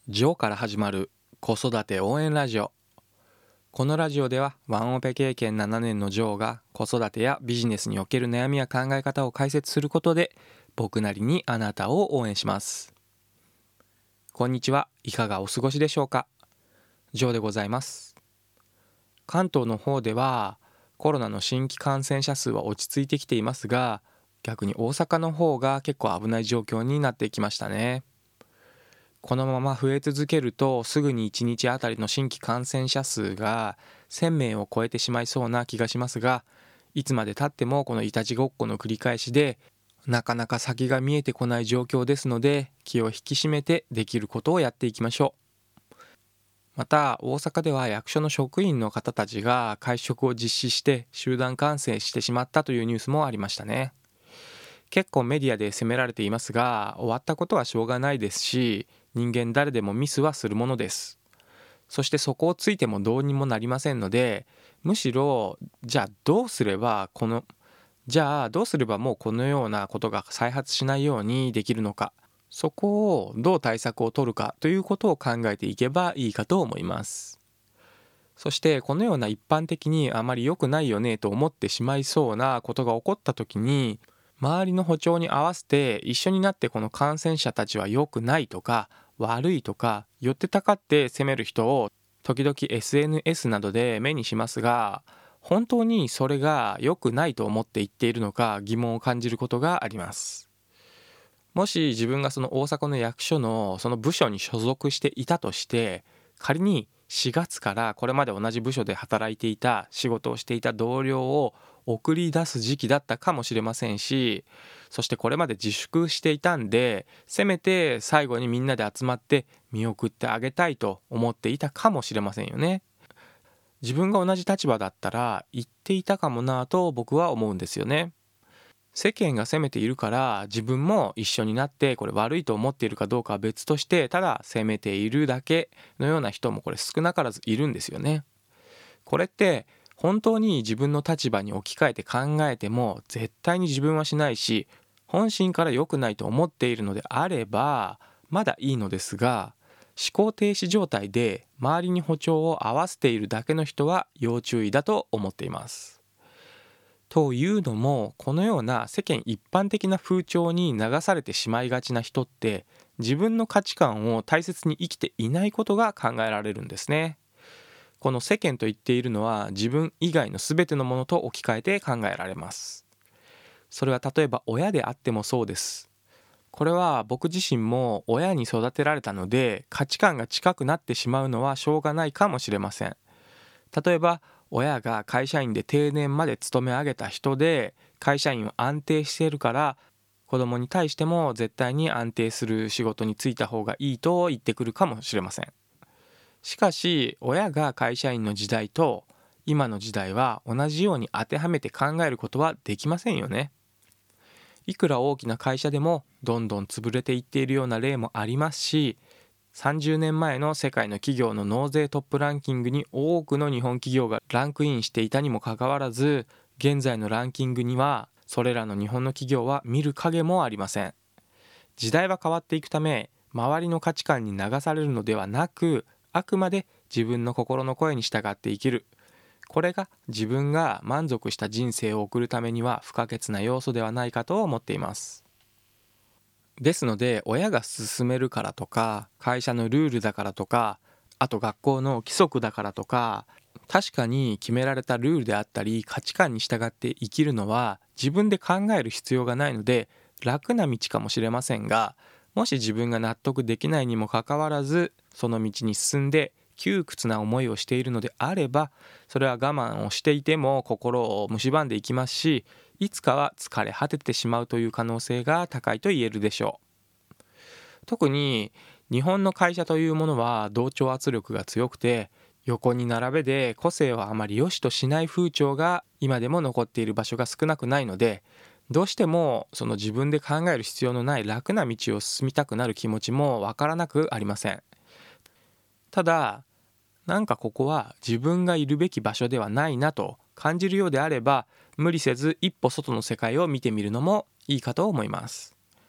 ジョーから始まる子育て応援ラジオ。このラジオではワンオペ経験7年のジョーが子育てやビジネスにおける悩みや考え方を解説することで僕なりにあなたを応援します。こんにちは。いかがお過ごしでしょうか。ジョーでございます。関東の方ではコロナの新規感染者数は落ち着いてきていますが、逆に大阪の方が結構危ない状況になってきましたね。このまま増え続けるとすぐに1日あたりの新規感染者数が1000名を超えてしまいそうな気がしますが、いつまでたってもこのいたちごっこの繰り返しでなかなか先が見えてこない状況ですので、気を引き締めてできることをやっていきましょう。また大阪では役所の職員の方たちが会食を実施して集団感染してしまったというニュースもありましたね。結構メディアで責められていますが、終わったことはしょうがないですし、人間誰でもミスはするものです。そしてそこをついてもどうにもなりませんので、むしろじゃあどうすればもうこのようなことが再発しないようにできるのか、そこをどう対策を取るかということを考えていけばいいかと思います。そしてこのような一般的にあまり良くないよねと思ってしまいそうなことが起こった時に、周りの歩調に合わせて一緒になってこの感染者たちは良くないとか悪いとか寄ってたかって責める人を時々 SNS などで目にしますが、本当にそれが良くないと思って言っているのか疑問を感じることがあります。もし自分がその大阪の役所のその部署に所属していたとして、仮に4月からこれまで同じ部署で働いていた仕事をしていた同僚を送り出す時期だったかもしれませんし、そしてこれまで自粛していたんでせめて最後にみんなで集まって見送ってあげたいと思っていたかもしれませんよね。自分が同じ立場だったら言っていたかもなと僕は思うんですよね。世間が責めているから自分も一緒になってこれ悪いと思っているかどうかは別として、ただ責めているだけのような人もこれ少なからずいるんですよね。これって本当に自分の立場に置き換えて考えても絶対に自分はしないし、本心から良くないと思っているのであればまだいいのですが、思考停止状態で周りに歩調を合わせているだけの人は要注意だと思っています。というのも、このような世間一般的な風潮に流されてしまいがちな人って自分の価値観を大切に生きていないことが考えられるんですね。この世間と言っているのは自分以外の全てのものと置き換えて考えられます。それは例えば親であってもそうです。これは僕自身も親に育てられたので価値観が近くなってしまうのはしょうがないかもしれません。例えば親が会社員で定年まで勤め上げた人で会社員は安定しているから子供に対しても絶対に安定する仕事に就いた方がいいと言ってくるかもしれません。しかし親が会社員の時代と今の時代は同じように当てはめて考えることはできませんよね。いくら大きな会社でもどんどん潰れていっているような例もありますし、30年前の世界の企業の納税トップランキングに多くの日本企業がランクインしていたにもかかわらず、現在のランキングにはそれらの日本の企業は見る影もありません。時代は変わっていくため、周りの価値観に流されるのではなく、あくまで自分の心の声に従って生きる。これが自分が満足した人生を送るためには不可欠な要素ではないかと思っています。ですので親が勧めるからとか会社のルールだからとか、あと学校の規則だからとか、確かに決められたルールであったり価値観に従って生きるのは自分で考える必要がないので楽な道かもしれませんが、もし自分が納得できないにもかかわらずその道に進んで窮屈な思いをしているのであれば、それは我慢をしていても心を蝕んでいきますし、いつかは疲れ果ててしまうという可能性が高いと言えるでしょう。特に日本の会社というものは同調圧力が強くて、横に並べで個性をあまり良しとしない風潮が今でも残っている場所が少なくないので、どうしてもその自分で考える必要のない楽な道を進みたくなる気持ちもわからなくありません。ただ、なんかここは自分がいるべき場所ではないなと感じるようであれば、無理せず一歩外の世界を見てみるのもいいかと思います。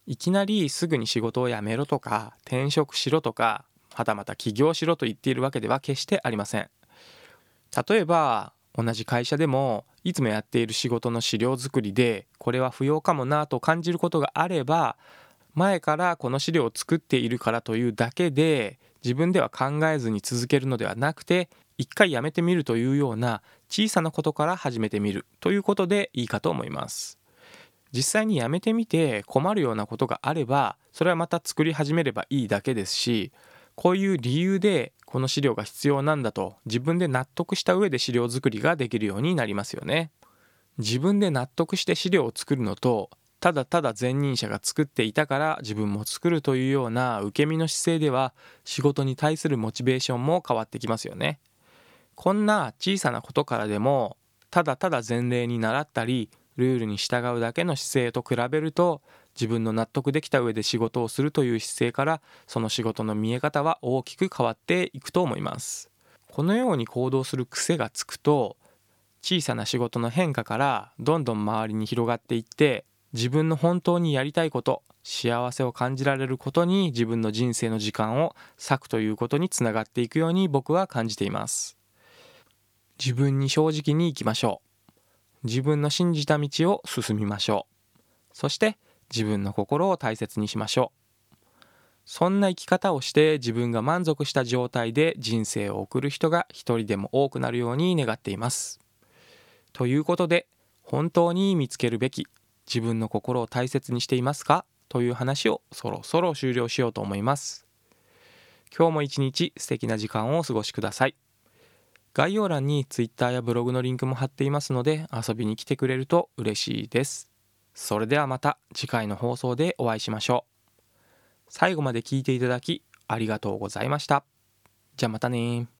いきなりすぐに仕事を辞めろとか転職しろとかはたまた起業しろと言っているわけでは決してありません。例えば同じ会社でもいつもやっている仕事の資料作りでこれは不要かもなと感じることがあれば、前からこの資料を作っているからというだけで自分では考えずに続けるのではなくて、一回やめてみるというような小さなことから始めてみるということでいいかと思います。実際にやめてみて困るようなことがあればそれはまた作り始めればいいだけですし、こういう理由でこの資料が必要なんだと自分で納得した上で資料作りができるようになりますよね。自分で納得して資料を作るのと、ただただ前任者が作っていたから自分も作るというような受け身の姿勢では仕事に対するモチベーションも変わってきますよね。こんな小さなことからでもただただ前例に倣ったりルールに従うだけの姿勢と比べると、自分の納得できた上で仕事をするという姿勢からその仕事の見え方は大きく変わっていくと思います。このように行動する癖がつくと、小さな仕事の変化からどんどん周りに広がっていって、自分の本当にやりたいこと、幸せを感じられることに自分の人生の時間を割くということにつながっていくように僕は感じています。自分に正直に生きましょう。自分の信じた道を進みましょう。そして自分の心を大切にしましょう。そんな生き方をして自分が満足した状態で人生を送る人が一人でも多くなるように願っています。ということで、本当に見つけるべき自分の心を大切にしていますかという話をそろそろ終了しようと思います。今日も一日素敵な時間をお過ごしください。概要欄に Twitter やブログのリンクも貼っていますので遊びに来てくれると嬉しいです。それではまた次回の放送でお会いしましょう。最後まで聞いていただきありがとうございました。じゃあまたね。